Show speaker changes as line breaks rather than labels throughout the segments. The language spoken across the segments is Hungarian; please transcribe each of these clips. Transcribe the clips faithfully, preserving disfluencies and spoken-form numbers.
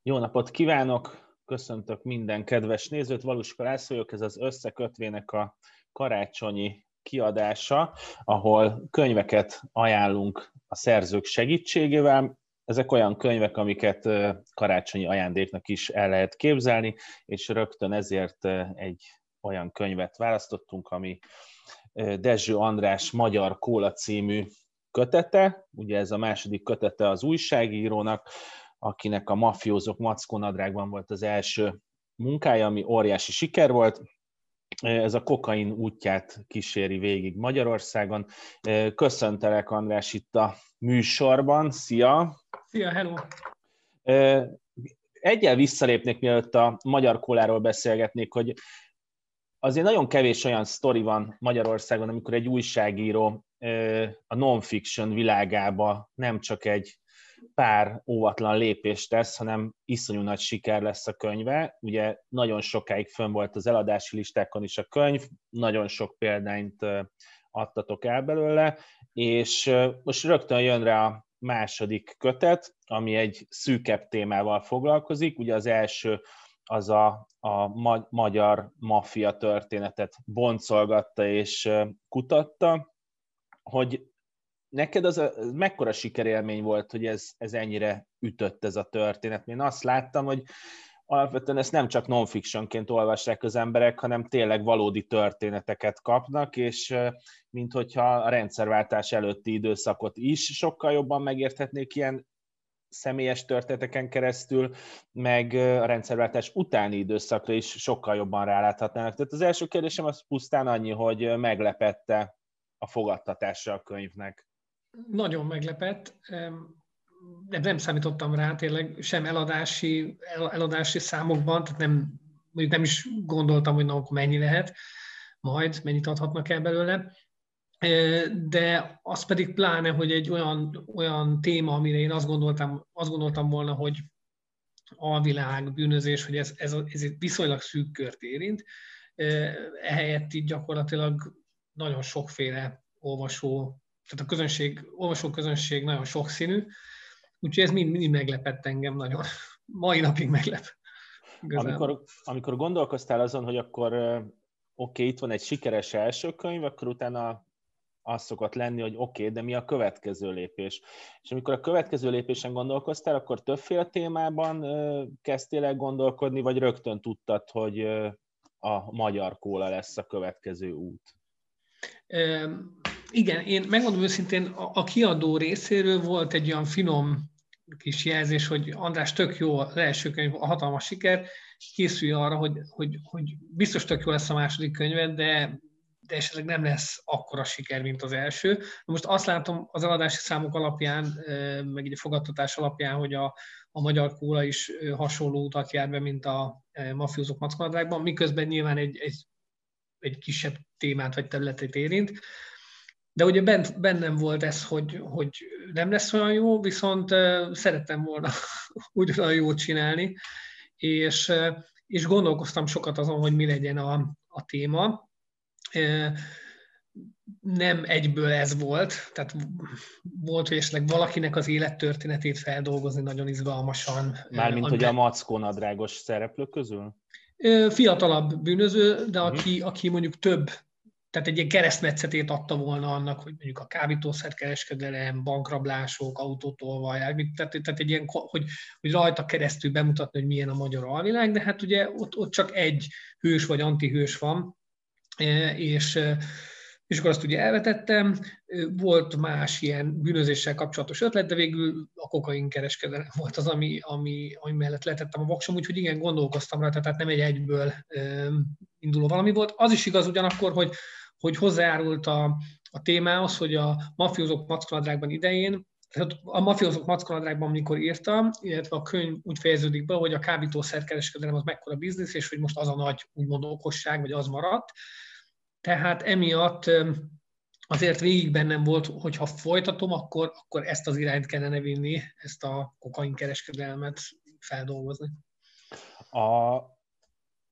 Jó napot kívánok! Köszöntök minden kedves nézőt, Valuska László vagyok, ez az Összekötvének a karácsonyi kiadása, ahol könyveket ajánlunk a szerzők segítségével. Ezek olyan könyvek, amiket karácsonyi ajándéknak is el lehet képzelni, és rögtön ezért egy olyan könyvet választottunk, ami Dezső András Magyar Kóla című kötete. Ugye ez a második kötete az újságírónak, akinek a Mafiózók Mackónadrágban volt az első munkája, ami óriási siker volt. Ez a kokain útját kíséri végig Magyarországon. Köszöntelek, András, itt a műsorban. Szia!
Szia, hello!
Egyel visszalépnék, mielőtt a magyar kóláról beszélgetnék, hogy azért nagyon kevés olyan sztori van Magyarországon, amikor egy újságíró a non-fiction világába nem csak egy pár óvatlan lépést tesz, hanem iszonyú nagy siker lesz a könyve. Ugye nagyon sokáig fönn volt az eladási listákon is a könyv, nagyon sok példányt adtatok el belőle, és most rögtön jön rá a második kötet, ami egy szűkebb témával foglalkozik. Ugye az első az a, a ma- magyar maffia történetet boncolgatta és kutatta, hogy neked az a, mekkora sikerélmény volt, hogy ez, ez ennyire ütött ez a történet? Én azt láttam, hogy alapvetően ezt nem csak non-fictionként olvassák az emberek, hanem tényleg valódi történeteket kapnak, és minthogyha a rendszerváltás előtti időszakot is sokkal jobban megérthetnék ilyen személyes történeteken keresztül, meg a rendszerváltás utáni időszakra is sokkal jobban ráláthatnának. Tehát az első kérdésem az pusztán annyi, hogy meglepette a fogadtatása a könyvnek.
Nagyon meglepett. Nem, nem számítottam rá tényleg sem eladási, eladási számokban, tehát nem, nem is gondoltam, hogy na, akkor mennyi lehet, majd mennyit adhatnak el belőle. De az pedig pláne, hogy egy olyan, olyan téma, amire én azt gondoltam, azt gondoltam volna, hogy alvilág, bűnözés, hogy ez, ez, ez egy viszonylag szűk kört érint, ehelyett így gyakorlatilag nagyon sokféle olvasó, tehát a közönség, olvasó közönség nagyon sokszínű, úgyhogy ez mind, mind meglepett engem nagyon. Mai napig meglep.
Amikor, amikor gondolkoztál azon, hogy akkor oké, okay, itt van egy sikeres első könyv, akkor utána az szokott lenni, hogy oké, okay, de mi a következő lépés? És amikor a következő lépésen gondolkoztál, akkor többféle témában kezdtél el gondolkodni, vagy rögtön tudtad, hogy a magyar kóla lesz a következő út?
Igen, én megmondom őszintén, a, a kiadó részéről volt egy olyan finom kis jelzés, hogy András, tök jó az első könyv, a hatalmas siker, készülj arra, hogy, hogy, hogy biztos tök jó lesz a második könyved, de, de esetleg nem lesz akkora siker, mint az első. Most azt látom az eladási számok alapján, meg egy a fogadtatás alapján, hogy a, a magyar kóla is hasonló utat jár be, mint a Mafiózók Mackónadrágban, miközben nyilván egy, egy, egy kisebb témát vagy területet érint. De ugye bent, bennem volt ez, hogy, hogy nem lesz olyan jó, viszont szerettem volna ugyanolyan jót csinálni, és, és gondolkoztam sokat azon, hogy mi legyen a, a téma. Nem egyből ez volt, tehát volt, hogy esetleg valakinek az élettörténetét feldolgozni nagyon izgalmasan.
Mármint, hogy a mackónadrágos szereplők közül?
Fiatalabb bűnöző, de aki, aki mondjuk több, tehát egy ilyen keresztmetszetét adta volna annak, hogy mondjuk a kábítószerkereskedelem, bankrablások, autótolvaj, tehát, tehát egy ilyen, hogy, hogy rajta keresztül bemutatni, hogy milyen a magyar alvilág, de hát ugye ott, ott csak egy hős vagy antihős van, és, és akkor azt ugye elvetettem. Volt más ilyen bűnözéssel kapcsolatos ötlet, de végül a kokain kereskedelem volt az, ami, ami, ami mellett letettem a voksom, úgyhogy igen, gondolkoztam rá, tehát nem egy egyből induló valami volt. Az is igaz ugyanakkor, hogy hogy hozzájárult a, a témához, hogy a Mafiózók Mackónadrágban idején, tehát a Mafiózók Mackónadrágban, amikor írtam, illetve a könyv úgy fejeződik be, hogy a kábítószerkereskedelem az mekkora biznisz, és hogy most az a nagy úgymond okosság, vagy az maradt. Tehát emiatt azért végig bennem volt, hogy ha folytatom, akkor, akkor ezt az irányt kellene vinni, ezt a kokainkereskedelmet feldolgozni.
A...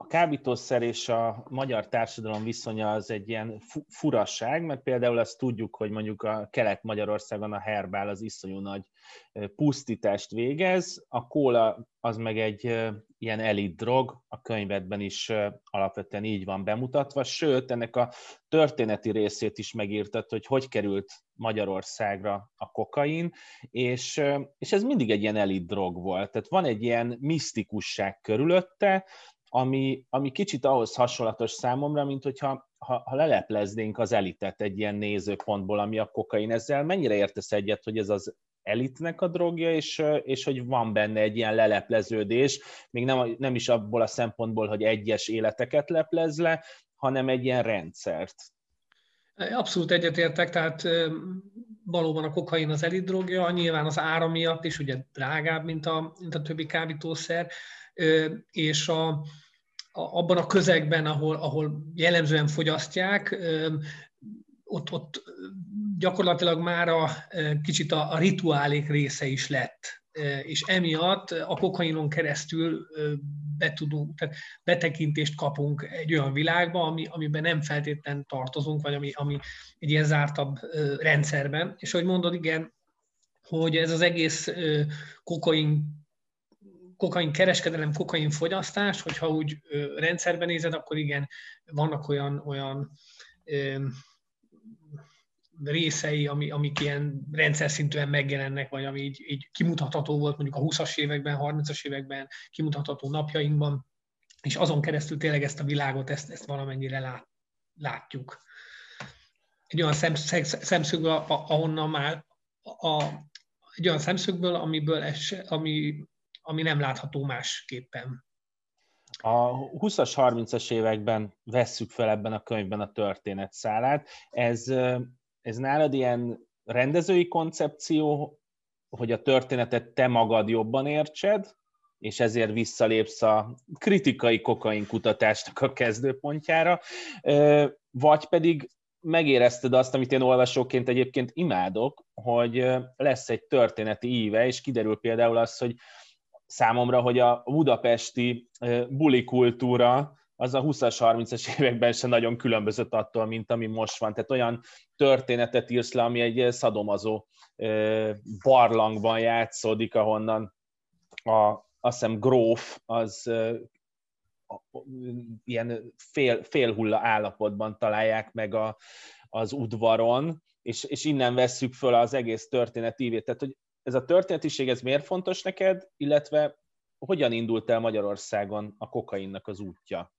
a kábítószer és a magyar társadalom viszonya az egy ilyen furasság, mert például azt tudjuk, hogy mondjuk a Kelet-Magyarországon a herbál az iszonyú nagy pusztítást végez, a kóla az meg egy ilyen elit drog, a könyvedben is alapvetően így van bemutatva, sőt, ennek a történeti részét is megírtad, hogy hogy került Magyarországra a kokain, és, és ez mindig egy ilyen elit drog volt, tehát van egy ilyen misztikusság körülötte, Ami, ami kicsit ahhoz hasonlatos számomra, mint hogyha ha, ha lelepleznénk az elitet egy ilyen nézőpontból, ami a kokain. Ezzel mennyire értesz egyet, hogy ez az elitnek a drogja, és, és hogy van benne egy ilyen lelepleződés, még nem, nem is abból a szempontból, hogy egyes életeket leplez le, hanem egy ilyen rendszert.
Abszolút egyetértek, tehát valóban a kokain az elit drogja, nyilván az ára miatt is ugye drágább, mint a, mint a többi kábítószer, és a, a, abban a közegben, ahol, ahol jellemzően fogyasztják, ott, ott gyakorlatilag már a, kicsit a, a rituálék része is lett. És emiatt a kokainon keresztül betudunk, tehát betekintést kapunk egy olyan világba, ami, amiben nem feltétlenül tartozunk, vagy ami, ami egy ilyen zártabb rendszerben. És ahogy mondod, igen, hogy ez az egész kokain kokain kereskedelem, kokain fogyasztás, hogyha úgy ö, rendszerben nézed, akkor igen, vannak olyan, olyan ö, részei, ami, amik ilyen rendszer szintűen megjelennek, vagy ami így, így kimutatható volt mondjuk a húszas években, harmincas években, kimutatható napjainkban, és azon keresztül tényleg ezt a világot, ezt, ezt valamennyire lát, látjuk. Egy olyan szemszög, szemszögből, ahonnan már a, egy olyan szemszögből, amiből es, ami ami nem látható másképpen.
A húszas, harmincas években vesszük fel ebben a könyvben a történetszálát. Ez, ez nálad ilyen rendezői koncepció, hogy a történetet te magad jobban értsed, és ezért visszalépsz a kritikai kokain kutatásnak a kezdőpontjára, vagy pedig megérezted azt, amit én olvasóként egyébként imádok, hogy lesz egy történeti íve, és kiderül például az, hogy számomra, hogy a budapesti buli kultúra az a húszas, harmincas években sem nagyon különbözött attól, mint ami most van. Tehát olyan történetet írsz le, ami egy szadomazó barlangban játszódik, ahonnan a, azt hiszem gróf az ilyen fél, félhulla állapotban találják meg a, az udvaron, és, és innen vesszük föl az egész történet ívét. Tehát, hogy ez a történetiség, ez miért fontos neked, illetve hogyan indult el Magyarországon a kokainnak az útja?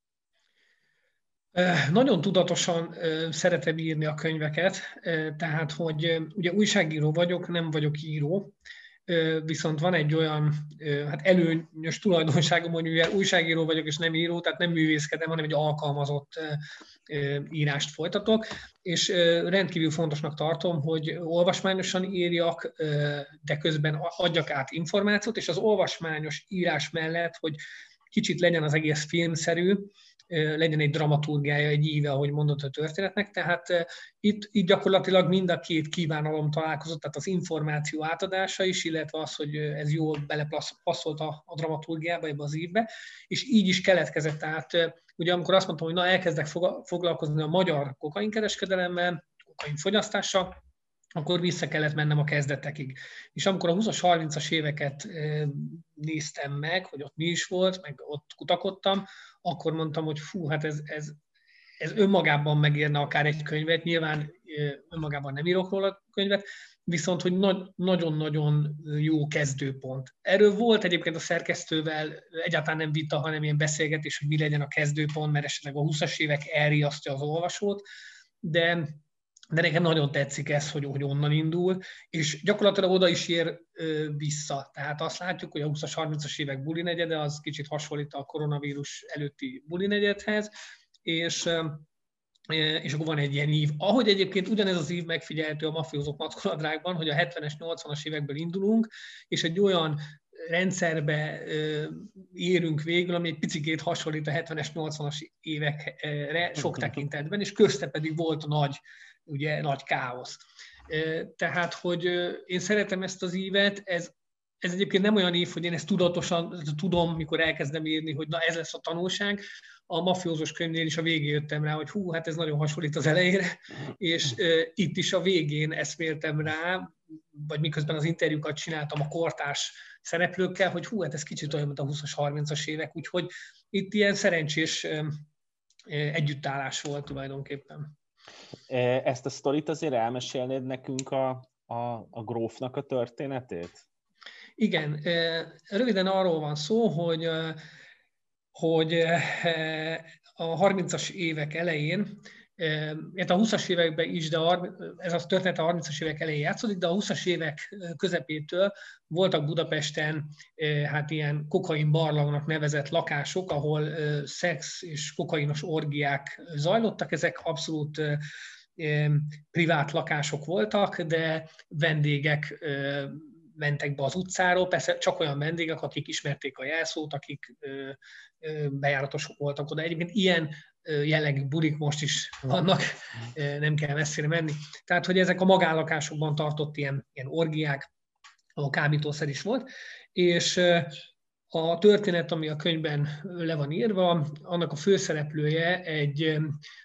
Nagyon tudatosan szeretem írni a könyveket, tehát, hogy ugye újságíró vagyok, nem vagyok író, viszont van egy olyan hát előnyös tulajdonságom, hogy mivel újságíró vagyok és nem író, tehát nem művészkedem, hanem egy alkalmazott írást folytatok, és rendkívül fontosnak tartom, hogy olvasmányosan írjak, de közben adjak át információt, és az olvasmányos írás mellett, hogy kicsit legyen az egész filmszerű, legyen egy dramaturgiája, egy íve, ahogy mondott a történetnek. Tehát uh, itt, itt gyakorlatilag mind a két kívánalom találkozott, tehát az információ átadása is, illetve az, hogy ez jól belepasszolt a, a dramaturgiába, ebbe az ívbe, és így is keletkezett. Tehát uh, ugye amikor azt mondtam, hogy na elkezdek foglalkozni a magyar kokainkereskedelemmel, kokainfogyasztással, akkor vissza kellett mennem a kezdetekig. És amikor a húszas, harmincas éveket néztem meg, hogy ott mi is volt, meg ott kutakodtam, akkor mondtam, hogy fú, hát ez, ez, ez önmagában megérne akár egy könyvet, nyilván önmagában nem írok róla könyvet, viszont hogy nagyon-nagyon jó kezdőpont. Erről volt egyébként a szerkesztővel egyáltalán nem vita, hanem ilyen beszélgetés, hogy mi legyen a kezdőpont, mert esetleg a húszas évek elriasztja az olvasót, de De nekem nagyon tetszik ez, hogy, hogy onnan indul, és gyakorlatilag oda is ér ö, vissza. Tehát azt látjuk, hogy a húszas, harmincas évek buli negyede, az kicsit hasonlít a koronavírus előtti buli negyedhez, és, ö, és akkor van egy ilyen ív. Ahogy egyébként ugyanez az ív megfigyelhető a mafiózók mackoladrágban, hogy a hetvenes, nyolcvanas évekből indulunk, és egy olyan rendszerbe érünk végül, ami egy picikét hasonlít a hetvenes, nyolcvanas évekre sok tekintetben, és közte pedig volt a nagy, ugye, nagy káosz. Tehát, hogy én szeretem ezt az ívet, ez, ez egyébként nem olyan ív, hogy én ezt tudatosan tudom, mikor elkezdem írni, hogy na ez lesz a tanulság. A mafiózós könyvnél is a végén jöttem rá, hogy hú, hát ez nagyon hasonlít az elejére, és uh, itt is a végén eszméltem rá, vagy miközben az interjúkat csináltam a kortárs szereplőkkel, hogy hú, hát ez kicsit olyan, mint a húszas, harmincas évek, úgyhogy itt ilyen szerencsés uh, együttállás volt tulajdonképpen.
Ezt a sztorit azért elmesélnéd nekünk a, a, a grófnak a történetét?
Igen, röviden arról van szó, hogy, hogy a harmincas évek elején, a húszas években is, de ez a történet a harmincas évek elején játszódik, de a húszas évek közepétől voltak Budapesten hát ilyen kokain barlangnak nevezett lakások, ahol szex és kokainos orgiák zajlottak. Ezek abszolút privát lakások voltak, de vendégek mentek be az utcáról, persze csak olyan vendégek, akik ismerték a jelszót, akik bejáratosok voltak oda. Egyébként ilyen jellegű bulik most is vannak, nem kell messzire menni. Tehát, hogy ezek a magánlakásokban tartott ilyen, ilyen orgiák, ahol kábítószer is volt, és a történet, ami a könyvben le van írva, annak a főszereplője egy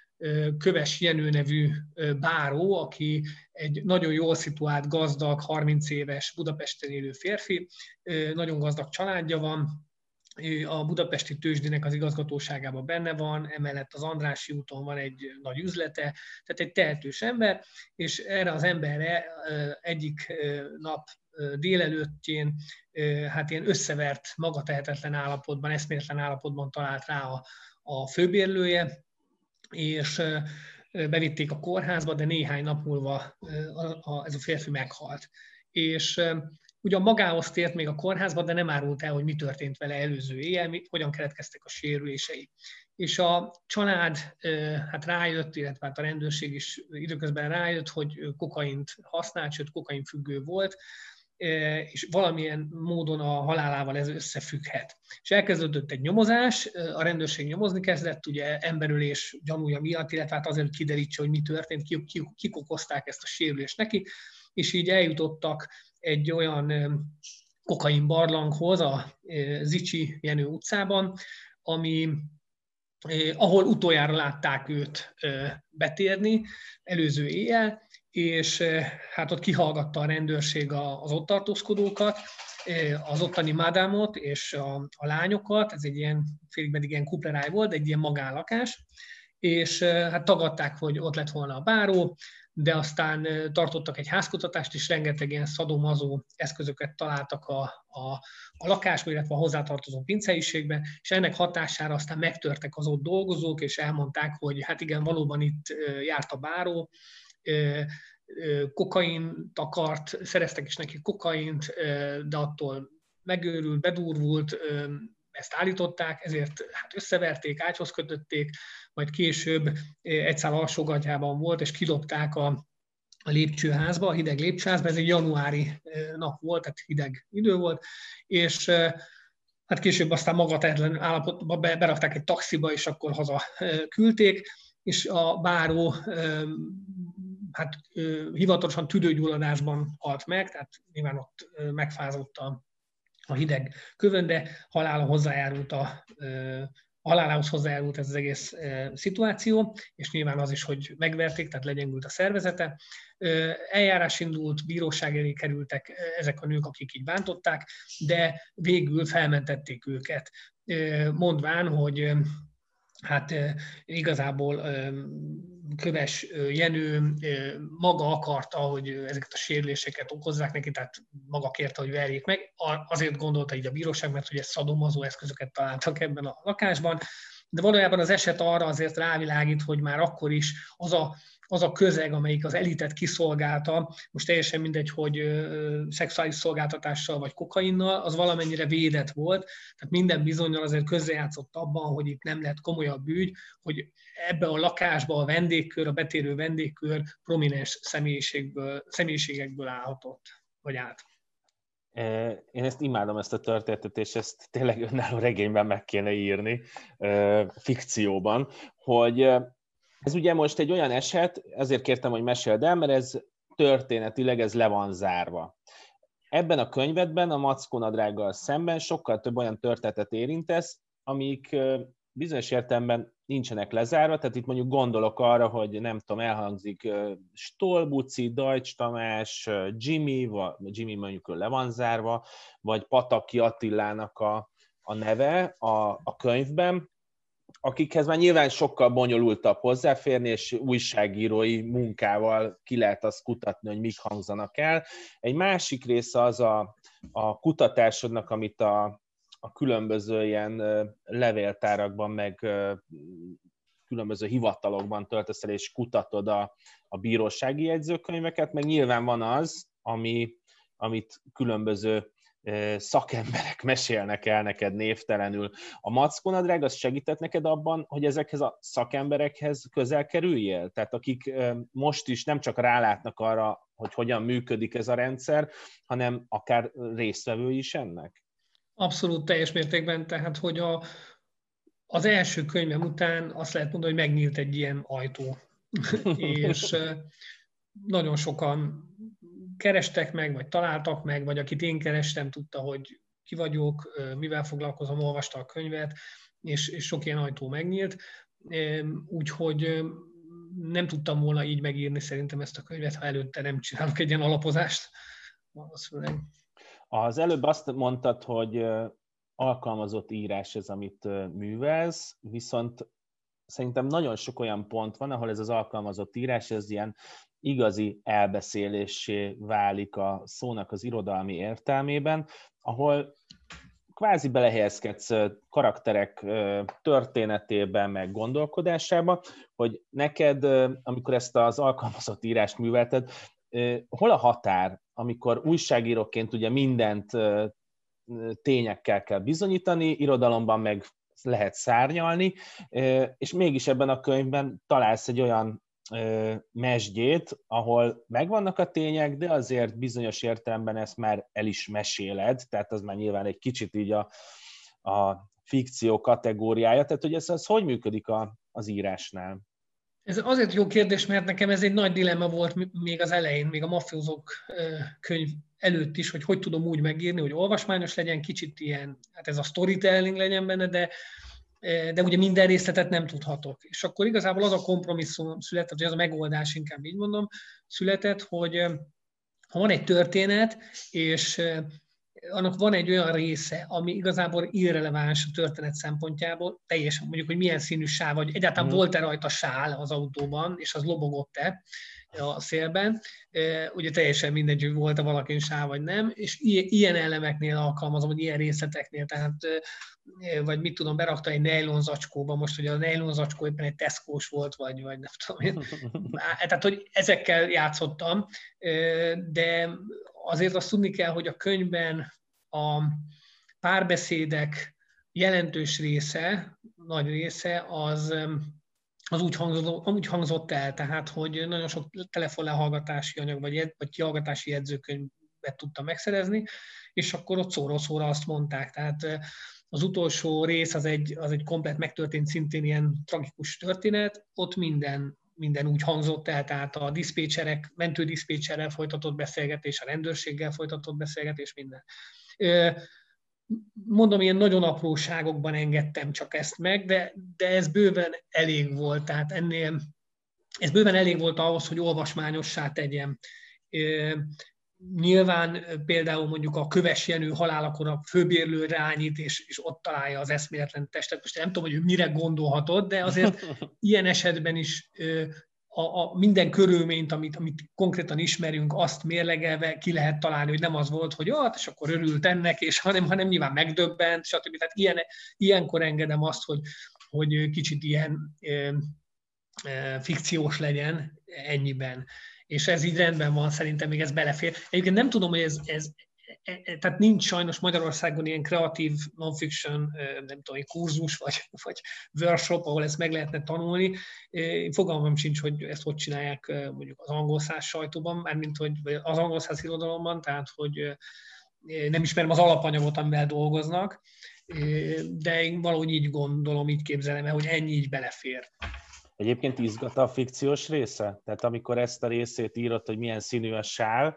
Köves Jenő nevű báró, aki egy nagyon jól szituált, gazdag, harminc éves Budapesten élő férfi, nagyon gazdag családja van, a budapesti tőzsdének az igazgatóságában benne van, emellett az Andrássy úton van egy nagy üzlete, tehát egy tehetős ember, és erre az emberre egyik nap délelőttjén hát ilyen összevert, magatehetetlen állapotban, eszméletlen állapotban talált rá a, a főbérlője, és bevitték a kórházba, de néhány nap múlva ez a férfi meghalt. És ugyan magához tért még a kórházba, de nem árult el, hogy mi történt vele előző éjjel, hogyan keletkeztek a sérülései. És a család hát rájött, illetve hát a rendőrség is időközben rájött, hogy kokaint használt, sőt kokainfüggő volt, és valamilyen módon a halálával ez összefügghet. És elkezdődött egy nyomozás, a rendőrség nyomozni kezdett, ugye emberölés gyanúja miatt, illetve hát azért, hogy kiderítse, hogy mi történt, kik, kik, kik okozták ezt a sérülést neki, és így eljutottak egy olyan kokain barlanghoz, a Zichy Jenő utcában, ami, ahol utoljára látták őt betérni előző éjjel, és hát ott kihallgatta a rendőrség az ott tartózkodókat, az ottani madámot és a, a lányokat, ez egy ilyen félig meddig ilyen kupleráj volt, egy ilyen magánlakás, és hát tagadták, hogy ott lett volna a báró, de aztán tartottak egy házkutatást, és rengeteg ilyen szadomazó eszközöket találtak a, a, a lakásban, illetve a hozzátartozó pinceiségben, és ennek hatására aztán megtörtek az ott dolgozók, és elmondták, hogy hát igen, valóban itt járt a báró, kokaint akart, szereztek is neki kokaint, de attól megőrült, bedurvult, ezt állították, ezért hát összeverték, ágyhoz kötötték, majd később egy szál alsógatyában volt, és kidobták a, a lépcsőházba, a hideg lépcsőházba, ez egy januári nap volt, tehát hideg idő volt, és hát később aztán magatehetlen állapotban berakták egy taxiba, és akkor haza küldték, és a báró hát hivatalosan tüdőgyulladásban halt meg, tehát nyilván ott megfázott a, a hideg kövön, de halála hozzájárult a, a halálához hozzájárult ez az egész szituáció, és nyilván az is, hogy megverték, tehát legyengült a szervezete. Eljárás indult, bíróság elé kerültek ezek a nők, akik így bántották, de végül felmentették őket, mondván, hogy hát igazából Köves Jenő maga akarta, hogy ezeket a sérüléseket okozzák neki, tehát maga kérte, hogy verjék meg. Azért gondolta így a bíróság, mert ugye szadomazó eszközöket találtak ebben a lakásban, de valójában az eset arra azért rávilágít, hogy már akkor is az a az a közeg, amelyik az elitet kiszolgálta, most teljesen mindegy, hogy ö, szexuális szolgáltatással vagy kokainnal, az valamennyire védett volt, tehát minden bizonnyal azért közrejátszott abban, hogy itt nem lett komolyabb ügy, hogy ebbe a lakásba a vendégkör, a betérő vendégkör prominens személyiségből, személyiségekből állhatott, vagy állt.
Én ezt imádom, ezt a történetet, és ezt tényleg önálló regényben meg kéne írni, fikcióban, hogy ez ugye most egy olyan eset, ezért kértem, hogy meséld el, mert ez történetileg ez le van zárva. ebben a könyvedben a Mackónadrággal szemben sokkal több olyan történetet érintesz, amik bizonyos értelemben nincsenek lezárva, tehát itt mondjuk gondolok arra, hogy nem tudom, elhangzik Stolbuci, Deutsch Tamás, Jimmy, vagy Jimmy mondjuk le van zárva, vagy Pataki Attilának a, a neve a, a könyvben, akikhez már nyilván sokkal bonyolultabb hozzáférni, és újságírói munkával ki lehet azt kutatni, hogy mik hangzanak el. Egy másik része az a, a kutatásodnak, amit a, a különböző ilyen levéltárakban, meg különböző hivatalokban töltesz el, és kutatod a, a bírósági jegyzőkönyveket, meg nyilván van az, ami, amit különböző szakemberek mesélnek el neked névtelenül. A Mackónadrág az segített neked abban, hogy ezekhez a szakemberekhez közel kerüljél? Tehát akik most is nem csak rálátnak arra, hogy hogyan működik ez a rendszer, hanem akár résztvevő is ennek?
Abszolút teljes mértékben, tehát hogy a, az első könyvem után azt lehet mondani, hogy megnyílt egy ilyen ajtó. És nagyon sokan kerestek meg, vagy találtak meg, vagy akit én kerestem, tudta, hogy ki vagyok, mivel foglalkozom, olvasta a könyvet, és, és sok ilyen ajtó megnyílt. Úgyhogy nem tudtam volna így megírni szerintem ezt a könyvet, ha előtte nem csinálok egy ilyen alapozást. Valószínűleg.
Az előbb azt mondtad, hogy alkalmazott írás ez, amit művelsz, viszont szerintem nagyon sok olyan pont van, ahol ez az alkalmazott írás, ez ilyen igazi elbeszélésé válik a szónak az irodalmi értelmében, ahol kvázi belehelyezkedsz karakterek történetében, meg gondolkodásába, hogy neked, amikor ezt az alkalmazott írást művelted, hol a határ, amikor újságíróként ugye mindent tényekkel kell bizonyítani, irodalomban meg lehet szárnyalni, és mégis ebben a könyvben találsz egy olyan mesdjét, ahol megvannak a tények, de azért bizonyos értelemben ezt már el is meséled, tehát az már nyilván egy kicsit így a, a fikció kategóriája, tehát hogy ez, ez hogy működik a, az írásnál?
Ez azért jó kérdés, mert nekem ez egy nagy dilemma volt még az elején, még a Mafiózók könyv előtt is, hogy hogy tudom úgy megírni, hogy olvasmányos legyen, kicsit ilyen, hát ez a storytelling legyen benne, de, de ugye minden részletet nem tudhatok. És akkor igazából az a kompromisszum született, vagy az a megoldás, inkább így mondom, született, hogy ha van egy történet, és annak van egy olyan része, ami igazából irreleváns a történet szempontjából, teljesen mondjuk, hogy milyen színű sáv, vagy egyáltalán mm. volt-e rajta sál az autóban, és az lobogott-e a szélben. Ugye teljesen mindegy, hogy volt-e valakin sáv, vagy nem, és ilyen elemeknél alkalmazom, vagy ilyen részleteknél, tehát vagy mit tudom, berakta egy nejlon zacskóba, most, hogy a nejlon zacskó éppen egy Tesco-s volt, vagy, vagy nem tudom én. Tehát, hogy ezekkel játszottam, de azért azt tudni kell, hogy a könyvben a párbeszédek jelentős része, nagy része, az, az úgy, hangzott, úgy hangzott el, tehát, hogy nagyon sok telefonlehallgatási anyag, vagy, vagy kihallgatási jegyzőkönyvet tudtam megszerezni, és akkor ott szóról szóra azt mondták. Tehát az utolsó rész az egy, az egy komplet megtörtént, szintén ilyen tragikus történet, ott minden minden úgy hangzott el, tehát a diszpécserek, mentődiszpécserrel folytatott beszélgetés, a rendőrséggel folytatott beszélgetés, minden. Mondom, ilyen nagyon apróságokban engedtem csak ezt meg, de, de ez bőven elég volt, tehát ennél, ez bőven elég volt ahhoz, hogy olvasmányossá tegyem. Nyilván például mondjuk a Köves Jenő halálakor a főbérlő rányít, és, és ott találja az eszméletlen testet. Most nem tudom, hogy ő mire gondolhatott, de azért ilyen esetben is a, a minden körülményt, amit, amit konkrétan ismerünk, azt mérlegelve ki lehet találni, hogy nem az volt, hogy jó, és akkor örült ennek, és hanem, hanem nyilván megdöbbent, stb. Tehát ilyen, ilyenkor engedem azt, hogy, hogy kicsit ilyen e, e, fikciós legyen ennyiben. És ez így rendben van, szerintem még ez belefér. Egyébként nem tudom, hogy ez, ez tehát nincs sajnos Magyarországon ilyen kreatív non-fiction, nem tudom, kurzus, vagy, vagy workshop, ahol ezt meg lehetne tanulni. Fogalmam sincs, hogy ezt hogy csinálják mondjuk az angolszász sajtóban, mármint hogy az angolszász irodalomban, tehát hogy nem ismerem az alapanyagot, amivel dolgoznak, de én valahogy így gondolom, így képzelem el, hogy ennyi így belefér.
Egyébként izgat a fikciós része? Tehát amikor ezt a részét írott, hogy milyen színű a sál,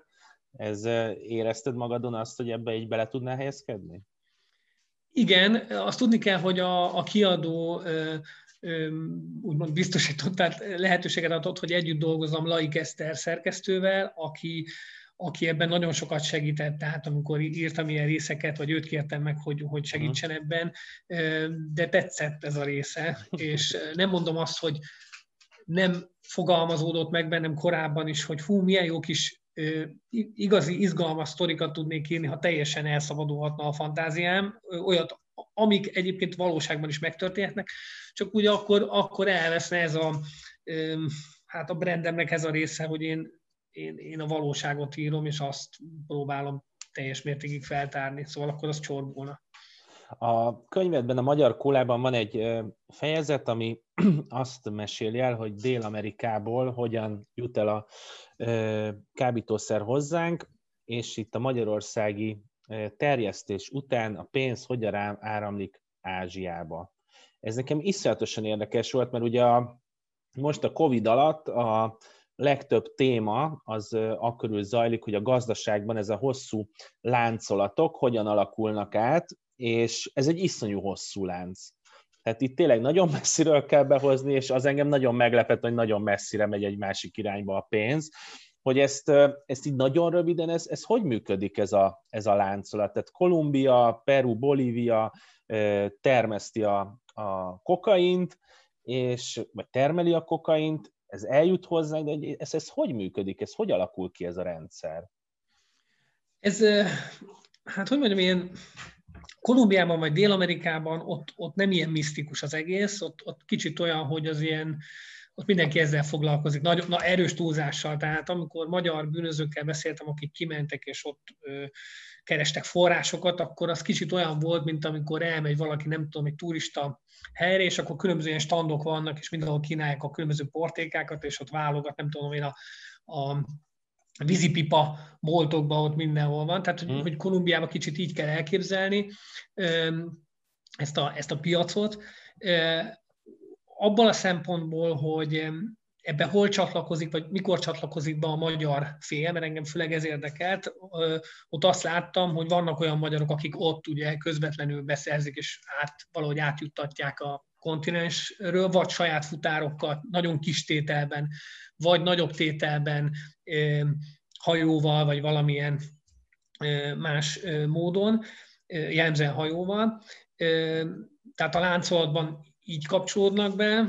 Ez érezted magadon azt, hogy ebbe így bele tudnál helyezkedni?
Igen, azt tudni kell, hogy a, a kiadó ö, ö, úgymond biztosított, tehát lehetőséget adott, hogy együtt dolgozom Laik Eszter szerkesztővel, aki, aki ebben nagyon sokat segített, tehát amikor írtam ilyen részeket, vagy őt kértem meg, hogy, hogy segítsen ebben, de tetszett ez a része, és nem mondom azt, hogy nem fogalmazódott meg bennem korábban is, hogy hú, milyen jó kis igazi, izgalmas sztorikat tudnék írni, ha teljesen elszabadulhatna a fantáziám, olyat, amik egyébként valóságban is megtörténhetnek, csak ugye akkor, akkor elveszne ez a, hát a brandemnek ez a része, hogy én, én, én a valóságot írom, és azt próbálom teljes mértékig feltárni, szóval akkor az csorbulna.
A könyvedben, a Magyar Kólában van egy fejezet, ami azt meséli el, hogy Dél-Amerikából hogyan jut el a kábítószer hozzánk, és itt a magyarországi terjesztés után a pénz hogyan áramlik Ázsiába. Ez nekem iszonyatosan érdekes volt, mert ugye a, most a Covid alatt a legtöbb téma az akkörül zajlik, hogy a gazdaságban ez a hosszú láncolatok hogyan alakulnak át, és ez egy iszonyú hosszú lánc. Tehát itt tényleg nagyon messziről kell behozni, és az engem nagyon meglepett, hogy nagyon messzire megy egy másik irányba a pénz, hogy ezt, ezt így nagyon röviden, ez, ez hogy működik ez a, ez a láncolat? Tehát Kolumbia, Peru, Bolívia termeszti a, a kokaint, és, vagy termeli a kokaint, ez eljut hozzánk, de ez, ez hogy működik? Ez hogy alakul ki ez a rendszer?
Ez, hát hogy mondjam, ilyen Kolumbiában vagy Dél-Amerikában ott, ott nem ilyen misztikus az egész, ott, ott kicsit olyan, hogy az ilyen, ott mindenki ezzel foglalkozik, nagy, na, erős túlzással. Tehát amikor magyar bűnözőkkel beszéltem, akik kimentek és ott ö, kerestek forrásokat, akkor az kicsit olyan volt, mint amikor elmegy valaki, nem tudom, egy turista helyre, és akkor különböző ilyen standok vannak, és mindenhol kínálják a különböző portékákat, és ott válogat, nem tudom én, a, a vízipipa boltokban ott mindenhol van. Tehát, hogy, hmm. hogy Kolumbiában kicsit így kell elképzelni ezt a, ezt a piacot. Abban a szempontból, hogy ebben hol csatlakozik, vagy mikor csatlakozik be a magyar fél, mert engem főleg ez érdekelt, ott azt láttam, hogy vannak olyan magyarok, akik ott ugye közvetlenül beszerzik, és át, valahogy átjuttatják a kontinensről, vagy saját futárokkal, nagyon kis tételben, vagy nagyobb tételben, hajóval, vagy valamilyen más módon, jellemzően hajóval. Tehát a láncolatban így kapcsolódnak be,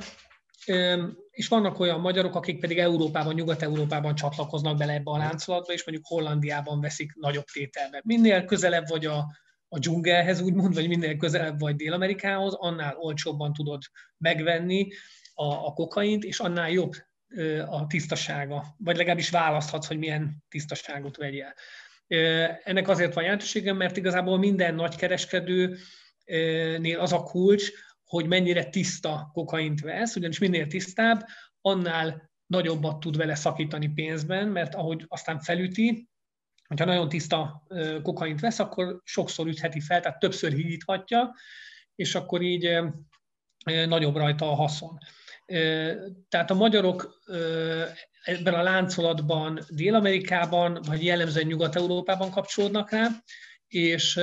és vannak olyan magyarok, akik pedig Európában, Nyugat-Európában csatlakoznak bele ebbe a láncolatba, és mondjuk Hollandiában veszik nagyobb tételbe. Minél közelebb vagy a, a dzsungelhez, úgymond, vagy minél közelebb vagy Dél-Amerikához, annál olcsóbban tudod megvenni a, a kokaint, és annál jobb a tisztasága, vagy legalábbis választhatsz, hogy milyen tisztaságot vegyél. Ennek azért van jelentősége, mert igazából minden nagykereskedőnél az a kulcs, hogy mennyire tiszta kokaint vesz, ugyanis minél tisztább, annál nagyobbat tud vele szakítani pénzben, mert ahogy aztán felüti, hogyha nagyon tiszta kokaint vesz, akkor sokszor ütheti fel, tehát többször hígíthatja, és akkor így nagyobb rajta a haszon. Tehát a magyarok ebben a láncolatban Dél-Amerikában, vagy jellemzően Nyugat-Európában kapcsolódnak rá, és,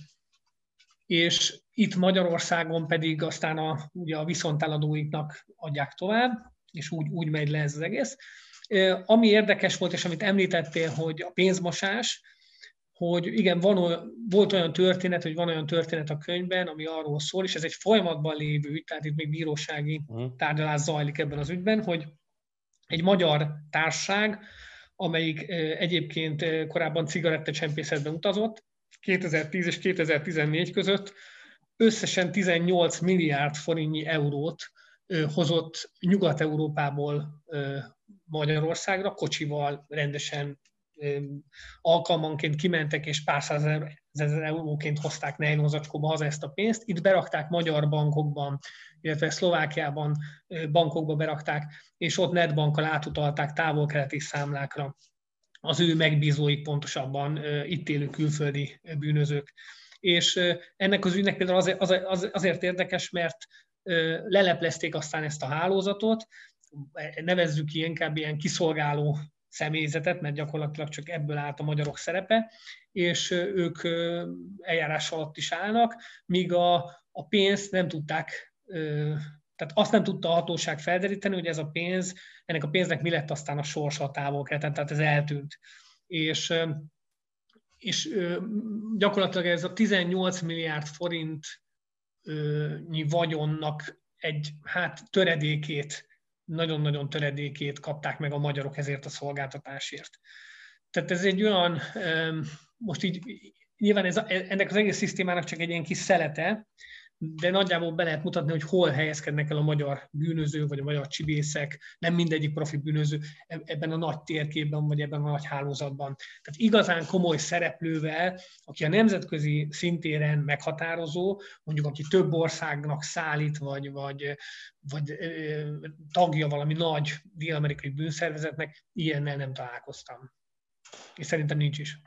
és itt Magyarországon pedig aztán a, ugye a viszonteladóiknak adják tovább, és úgy, úgy megy le ez az egész. Ami érdekes volt, és amit említettél, hogy a pénzmosás, hogy igen, van, volt olyan történet, hogy van olyan történet a könyvben, ami arról szól, és ez egy folyamatban lévő ügy, tehát itt még bírósági tárgyalás zajlik ebben az ügyben, hogy egy magyar társaság, amelyik egyébként korábban cigarettacsempészetben utazott, kétezer-tíz és kétezer-tizennégy között összesen tizennyolc milliárd forintnyi eurót hozott Nyugat-Európából Magyarországra, kocsival rendesen alkalmanként kimentek, és pár százezer euróként hozták nejlonzacskóba haza ezt a pénzt. Itt berakták magyar bankokban, illetve Szlovákiában bankokba berakták, és ott netbankkal átutalták távol-keleti számlákra az ő megbízóik, pontosabban itt élő külföldi bűnözők. És ennek az ügynek például azért, az, azért érdekes, mert leleplezték aztán ezt a hálózatot, nevezzük ki inkább ilyen kiszolgáló személyzetet, mert gyakorlatilag csak ebből állt a magyarok szerepe, és ők eljárás alatt is állnak, míg a, a pénzt nem tudták, tehát azt nem tudta a hatóság felderíteni, hogy ez a pénz, ennek a pénznek mi lett aztán a sorsa a távol-keleten, tehát ez eltűnt. És, és gyakorlatilag ez a tizennyolc milliárd forintnyi vagyonnak egy hát töredékét, nagyon-nagyon töredékét kapták meg a magyarok ezért a szolgáltatásért. Tehát ez egy olyan, most így nyilván ez, ennek az egész szisztémának csak egy ilyen kis szelete, de nagyjából be lehet mutatni, hogy hol helyezkednek el a magyar bűnöző, vagy a magyar csibészek, nem mindegyik profi bűnöző ebben a nagy térképben, vagy ebben a nagy hálózatban. Tehát igazán komoly szereplővel, aki a nemzetközi szintéren meghatározó, mondjuk aki több országnak szállít, vagy, vagy, vagy ö, tagja valami nagy dél-amerikai bűnszervezetnek, ilyennel nem találkoztam. És szerintem nincs is.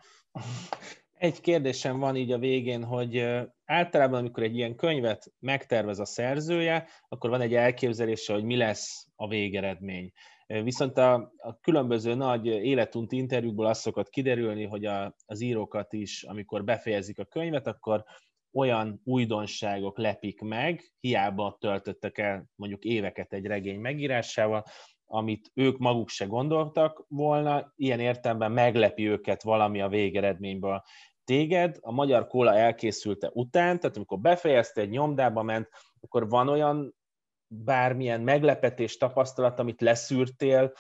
Egy kérdésem van így a végén, hogy általában, amikor egy ilyen könyvet megtervez a szerzője, akkor van egy elképzelése, hogy mi lesz a végeredmény. Viszont a, a különböző nagy életunt interjúkból az szokott kiderülni, hogy a, az írókat is, amikor befejezik a könyvet, akkor olyan újdonságok lepik meg, hiába töltöttek el mondjuk éveket egy regény megírásával, amit ők maguk se gondoltak volna, ilyen értelemben meglepi őket valami a végeredményből. Téged a Magyar Kóla elkészülte után, tehát amikor befejezte, egy nyomdába ment, akkor van olyan bármilyen meglepetés, tapasztalat, amit leszűrtél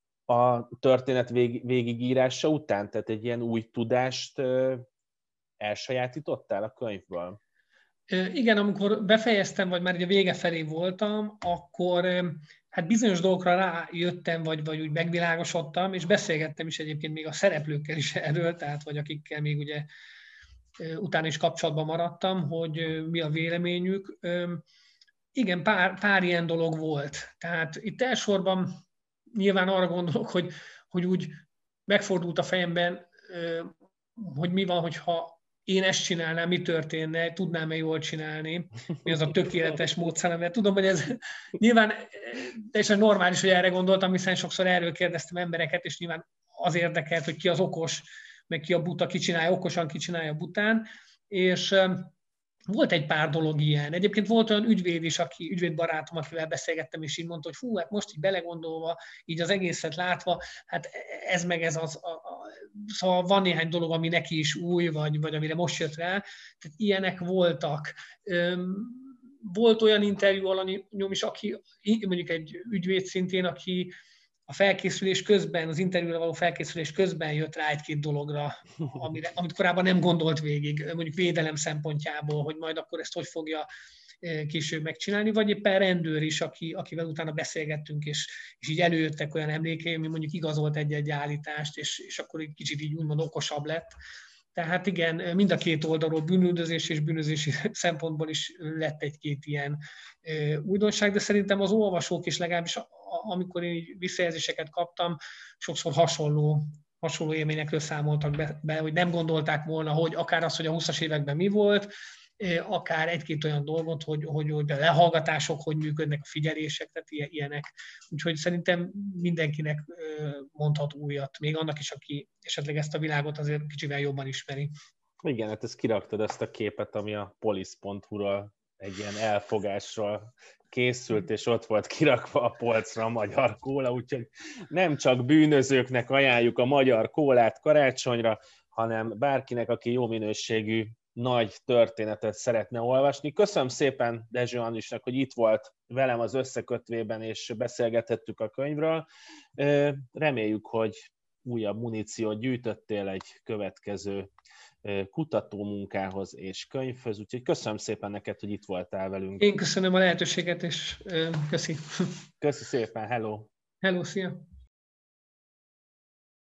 a történet vég, végigírása után? Tehát egy ilyen új tudást elsajátítottál a könyvből?
Igen, amikor befejeztem, vagy már ugye a vége felé voltam, akkor hát bizonyos dolgokra rájöttem, vagy, vagy úgy megvilágosodtam, és beszélgettem is egyébként még a szereplőkkel is erről, tehát vagy akikkel még ugye utána is kapcsolatban maradtam, hogy mi a véleményük. Igen, pár, pár ilyen dolog volt. Tehát itt elsősorban nyilván arra gondolok, hogy, hogy úgy megfordult a fejemben, hogy mi van, hogyha én ezt csinálnám, mi történne, tudnám-e jól csinálni, mi az a tökéletes módszerem, mert tudom, hogy ez nyilván teljesen normális, hogy erre gondoltam, hiszen sokszor erről kérdeztem embereket, és nyilván az érdekelt, hogy ki az okos, meg ki a buta, ki csinálja okosan, ki csinálja bután, és volt egy pár dolog ilyen. Egyébként volt olyan ügyvéd is, aki, ügyvédbarátom, akivel beszélgettem, és így mondta, hogy hú, hát most így belegondolva, így az egészet látva, hát ez meg ez az, a, a, szóval van néhány dolog, ami neki is új, vagy, vagy amire most jött rá, tehát ilyenek voltak. Volt olyan interjú alanyom is, aki, mondjuk egy ügyvéd szintén, aki a felkészülés közben, az interjúra való felkészülés közben jött rá egy-két dologra, amire, amit korábban nem gondolt végig, mondjuk védelem szempontjából, hogy majd akkor ezt hogy fogja később megcsinálni, vagy éppen rendőr is, aki, akivel utána beszélgettünk, és, és így előjöttek olyan emlékei, ami mondjuk igazolt egy-egy állítást, és, és akkor egy kicsit így úgymond okosabb lett. Tehát igen, mind a két oldalról bűnüldözés és bűnözési szempontból is lett egy-két ilyen újdonság, de szerintem az olvasók is legalábbis, amikor én visszajelzéseket kaptam, sokszor hasonló, hasonló élményekről számoltak be, be, hogy nem gondolták volna, hogy akár az, hogy a húszas években mi volt, akár egy-két olyan dolgot, hogy, hogy, hogy a lehallgatások hogy működnek, a figyelések, tehát ilyenek. Úgyhogy szerintem mindenkinek mondhat újat, még annak is, aki esetleg ezt a világot azért kicsivel jobban ismeri.
Igen, hát ezt kiraktad, ezt a képet, ami a polisz pont hu-ról egy ilyen elfogásról készült, és ott volt kirakva a polcra a Magyar Kóla, úgyhogy nem csak bűnözőknek ajánljuk a Magyar Kólát karácsonyra, hanem bárkinek, aki jó minőségű nagy történetet szeretne olvasni. Köszönöm szépen Dezső Andrisnak, hogy itt volt velem az Összekötvében, és beszélgethettük a könyvről. Reméljük, hogy újabb muníciót gyűjtöttél egy következő kutatómunkához és könyvhöz, úgyhogy köszönöm szépen neked, hogy itt voltál velünk.
Én köszönöm a lehetőséget, és köszi.
Köszi szépen, hello!
Hello, szia!